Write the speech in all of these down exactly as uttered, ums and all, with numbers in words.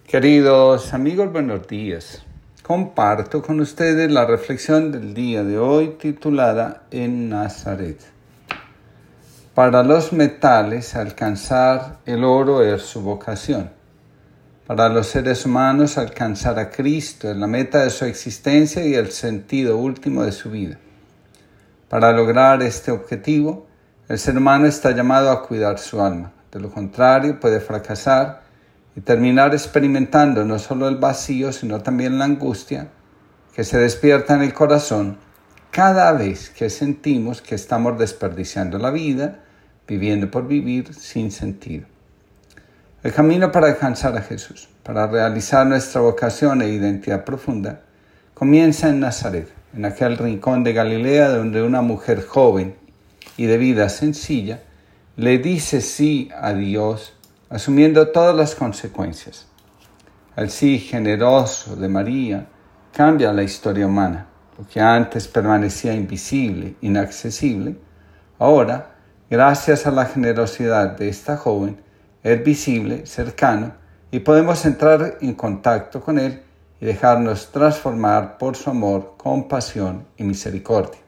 Queridos amigos, buenos días. Comparto con ustedes la reflexión del día de hoy titulada En Nazaret. Para los metales, alcanzar el oro es su vocación. Para los seres humanos, alcanzar a Cristo es la meta de su existencia y el sentido último de su vida. Para lograr este objetivo, el ser humano está llamado a cuidar su alma. De lo contrario, puede fracasar y terminar experimentando no solo el vacío, sino también la angustia que se despierta en el corazón cada vez que sentimos que estamos desperdiciando la vida, viviendo por vivir sin sentido. El camino para alcanzar a Jesús, para realizar nuestra vocación e identidad profunda, comienza en Nazaret, en aquel rincón de Galilea donde una mujer joven y de vida sencilla le dice sí a Dios, asumiendo todas las consecuencias. El sí generoso de María cambia la historia humana. Lo que antes permanecía invisible, inaccesible, ahora, gracias a la generosidad de esta joven, es visible, cercano, y podemos entrar en contacto con Él y dejarnos transformar por su amor, compasión y misericordia.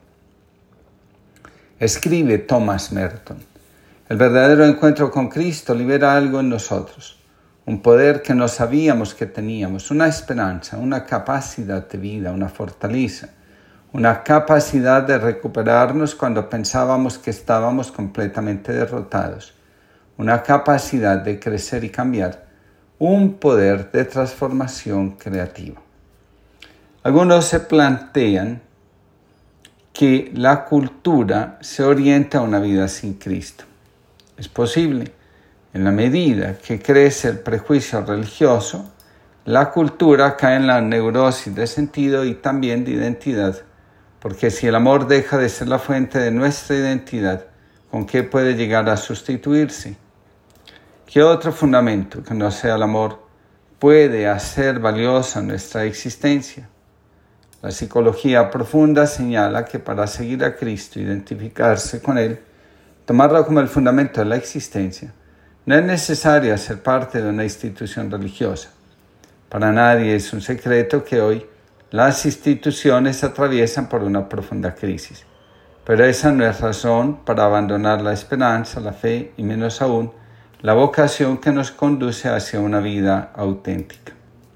Escribe Thomas Merton: el verdadero encuentro con Cristo libera algo en nosotros, un poder que no sabíamos que teníamos, una esperanza, una capacidad de vida, una fortaleza, una capacidad de recuperarnos cuando pensábamos que estábamos completamente derrotados, una capacidad de crecer y cambiar, un poder de transformación creativa. Algunos se plantean que la cultura se orienta a una vida sin Cristo. Es posible. En la medida que crece el prejuicio religioso, la cultura cae en la neurosis de sentido y también de identidad, porque si el amor deja de ser la fuente de nuestra identidad, ¿con qué puede llegar a sustituirse? ¿Qué otro fundamento que no sea el amor puede hacer valiosa nuestra existencia? La psicología profunda señala que para seguir a Cristo, identificarse con Él, tomarlo como el fundamento de la existencia, no es necesario ser parte de una institución religiosa. Para nadie es un secreto que hoy las instituciones atraviesan por una profunda crisis. Pero esa no es razón para abandonar la esperanza, la fe y menos aún la vocación que nos conduce hacia una vida auténtica.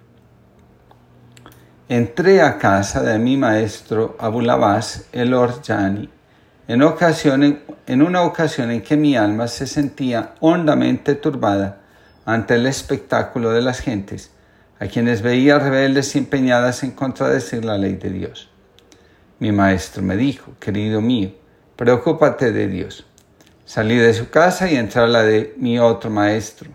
Entré a casa de mi maestro Abul Abbas el Orjani En, ocasión, en una ocasión en que mi alma se sentía hondamente turbada ante el espectáculo de las gentes, a quienes veía rebeldes y empeñadas en contradecir la ley de Dios. Mi maestro me dijo: querido mío, preocúpate de Dios. Salí de su casa y entré a la de mi otro maestro,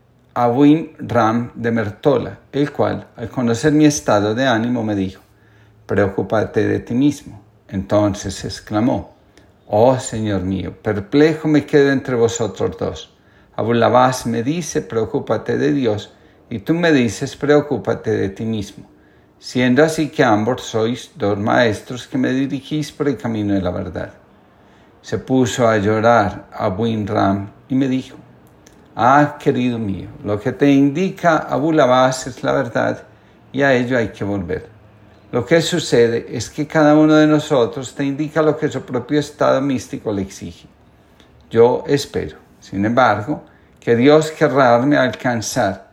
Abu Ram de Mertola, el cual, al conocer mi estado de ánimo, me dijo: preocúpate de ti mismo. Entonces exclamó: oh, Señor mío, perplejo me quedo entre vosotros dos. Abul Abbas me dice: preocúpate de Dios, y tú me dices: preocúpate de ti mismo, siendo así que ambos sois dos maestros que me dirigís por el camino de la verdad. Se puso a llorar Abu Ram y me dijo: ah, querido mío, lo que te indica Abul Abbas es la verdad y a ello hay que volver. Lo que sucede es que cada uno de nosotros te indica lo que su propio estado místico le exige. Yo espero, sin embargo, que Dios querrá darme a alcanzar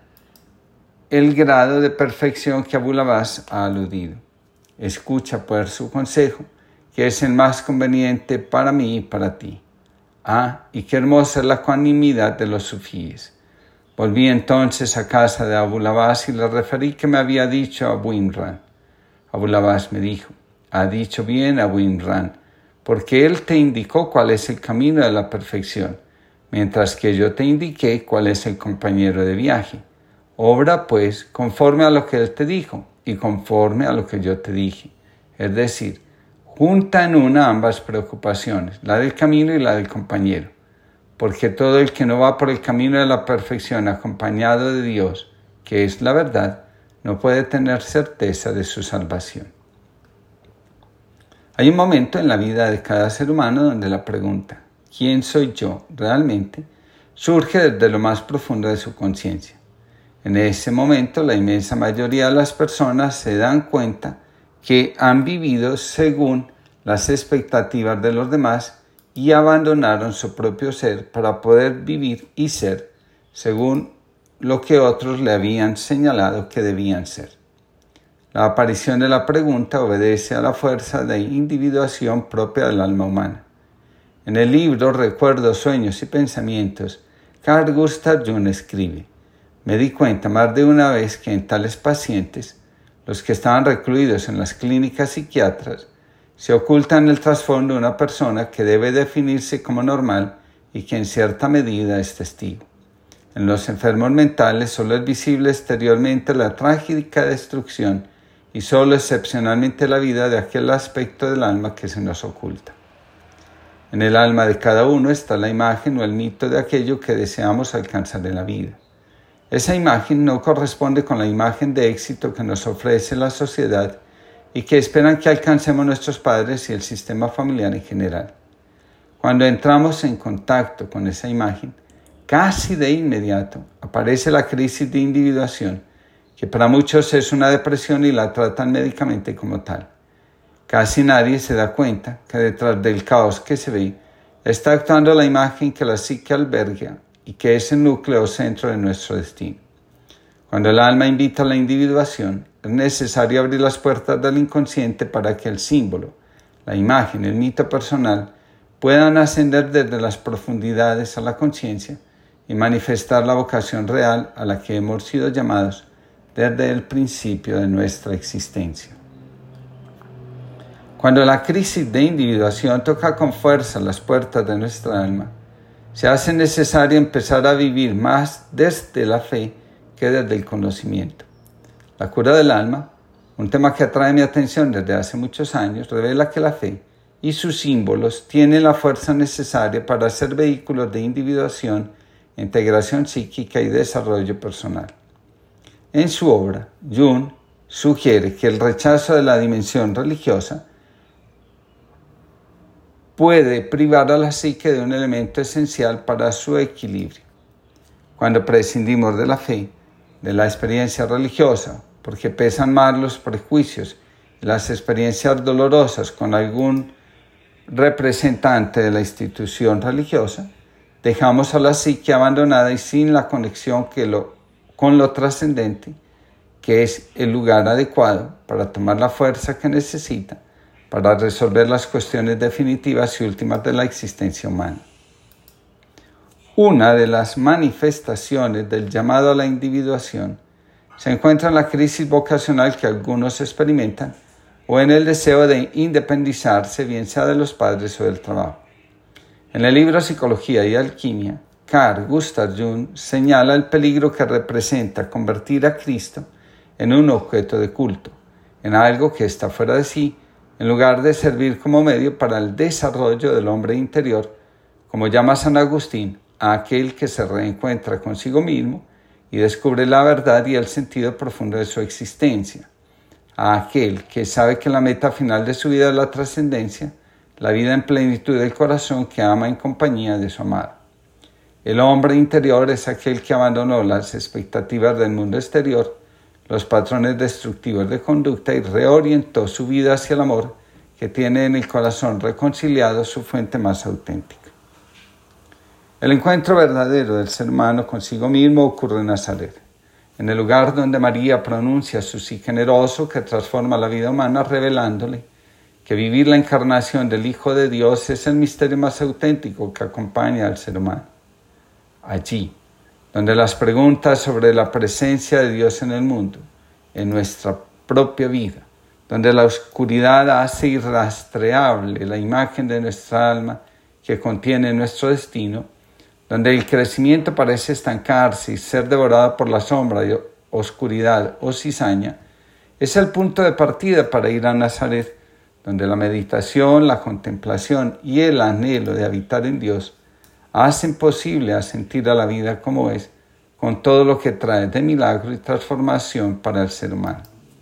el grado de perfección que Abul Abbas ha aludido. Escucha pues su consejo, que es el más conveniente para mí y para ti. Ah, y qué hermosa es la ecuanimidad de los sufíes. Volví entonces a casa de Abul Abbas y le referí que me había dicho Abu Imran. Abul Abbas me dijo: ha dicho bien Abu Imran, porque él te indicó cuál es el camino de la perfección, mientras que yo te indiqué cuál es el compañero de viaje. Obra pues conforme a lo que él te dijo y conforme a lo que yo te dije. Es decir, junta en una ambas preocupaciones, la del camino y la del compañero, porque todo el que no va por el camino de la perfección acompañado de Dios, que es la verdad, no puede tener certeza de su salvación. Hay un momento en la vida de cada ser humano donde la pregunta ¿quién soy yo realmente?, surge desde lo más profundo de su conciencia. En ese momento, la inmensa mayoría de las personas se dan cuenta que han vivido según las expectativas de los demás y abandonaron su propio ser para poder vivir y ser según lo que otros le habían señalado que debían ser. La aparición de la pregunta obedece a la fuerza de individuación propia del alma humana. En el libro Recuerdos, Sueños y Pensamientos, Carl Gustav Jung escribe: me di cuenta más de una vez que en tales pacientes, los que estaban recluidos en las clínicas psiquiátricas, se oculta en el trasfondo una persona que debe definirse como normal y que en cierta medida es testigo. En los enfermos mentales solo es visible exteriormente la trágica destrucción y solo excepcionalmente la vida de aquel aspecto del alma que se nos oculta. En el alma de cada uno está la imagen o el mito de aquello que deseamos alcanzar en la vida. Esa imagen no corresponde con la imagen de éxito que nos ofrece la sociedad y que esperan que alcancemos nuestros padres y el sistema familiar en general. Cuando entramos en contacto con esa imagen, casi de inmediato aparece la crisis de individuación, que para muchos es una depresión y la tratan médicamente como tal. Casi nadie se da cuenta que detrás del caos que se ve está actuando la imagen que la psique alberga y que es el núcleo o centro de nuestro destino. Cuando el alma invita a la individuación, es necesario abrir las puertas del inconsciente para que el símbolo, la imagen, el mito personal puedan ascender desde las profundidades a la conciencia y manifestar la vocación real a la que hemos sido llamados desde el principio de nuestra existencia. Cuando la crisis de individuación toca con fuerza las puertas de nuestra alma, se hace necesario empezar a vivir más desde la fe que desde el conocimiento. La cura del alma, un tema que atrae mi atención desde hace muchos años, revela que la fe y sus símbolos tienen la fuerza necesaria para ser vehículos de individuación, integración psíquica y desarrollo personal. En su obra, Jung sugiere que el rechazo de la dimensión religiosa puede privar a la psique de un elemento esencial para su equilibrio. Cuando prescindimos de la fe, de la experiencia religiosa, porque pesan más los prejuicios y las experiencias dolorosas con algún representante de la institución religiosa, dejamos a la psique abandonada y sin la conexión que lo, con lo trascendente, que es el lugar adecuado para tomar la fuerza que necesita para resolver las cuestiones definitivas y últimas de la existencia humana. Una de las manifestaciones del llamado a la individuación se encuentra en la crisis vocacional que algunos experimentan o en el deseo de independizarse, bien sea de los padres o del trabajo. En el libro Psicología y Alquimia, Carl Gustav Jung señala el peligro que representa convertir a Cristo en un objeto de culto, en algo que está fuera de sí, en lugar de servir como medio para el desarrollo del hombre interior, como llama San Agustín, a aquel que se reencuentra consigo mismo y descubre la verdad y el sentido profundo de su existencia, a aquel que sabe que la meta final de su vida es la trascendencia, la vida en plenitud del corazón que ama en compañía de su amado. El hombre interior es aquel que abandonó las expectativas del mundo exterior, los patrones destructivos de conducta y reorientó su vida hacia el amor que tiene en el corazón reconciliado su fuente más auténtica. El encuentro verdadero del ser humano consigo mismo ocurre en Nazaret, en el lugar donde María pronuncia su sí generoso que transforma la vida humana, revelándole que vivir la encarnación del Hijo de Dios es el misterio más auténtico que acompaña al ser humano. Allí, donde las preguntas sobre la presencia de Dios en el mundo, en nuestra propia vida, donde la oscuridad hace irrastreable la imagen de nuestra alma que contiene nuestro destino, donde el crecimiento parece estancarse y ser devorado por la sombra y oscuridad o cizaña, es el punto de partida para ir a Nazaret, donde la meditación, la contemplación y el anhelo de habitar en Dios hacen posible asentir a la vida como es, con todo lo que trae de milagro y transformación para el ser humano.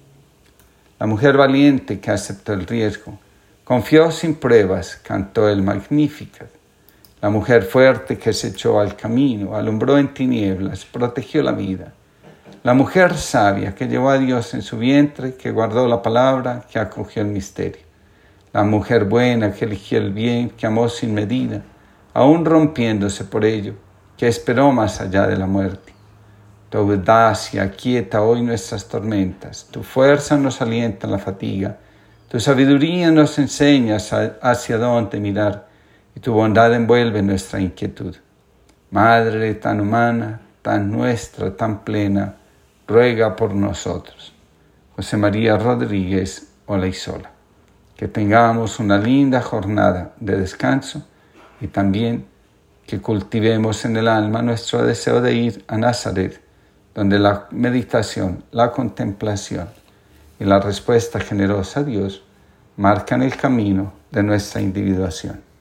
La mujer valiente que aceptó el riesgo, confió sin pruebas, cantó el Magnificat. La mujer fuerte que se echó al camino, alumbró en tinieblas, protegió la vida. La mujer sabia que llevó a Dios en su vientre, que guardó la palabra, que acogió el misterio. La mujer buena que eligió el bien, que amó sin medida, aún rompiéndose por ello, que esperó más allá de la muerte. Tu audacia aquieta hoy nuestras tormentas, tu fuerza nos alienta en la fatiga, tu sabiduría nos enseña hacia dónde mirar y tu bondad envuelve nuestra inquietud. Madre tan humana, tan nuestra, tan plena, ruega por nosotros. José María Rodríguez Olaizola. Que tengamos una linda jornada de descanso y también que cultivemos en el alma nuestro deseo de ir a Nazaret, donde la meditación, la contemplación y la respuesta generosa a Dios marcan el camino de nuestra individuación.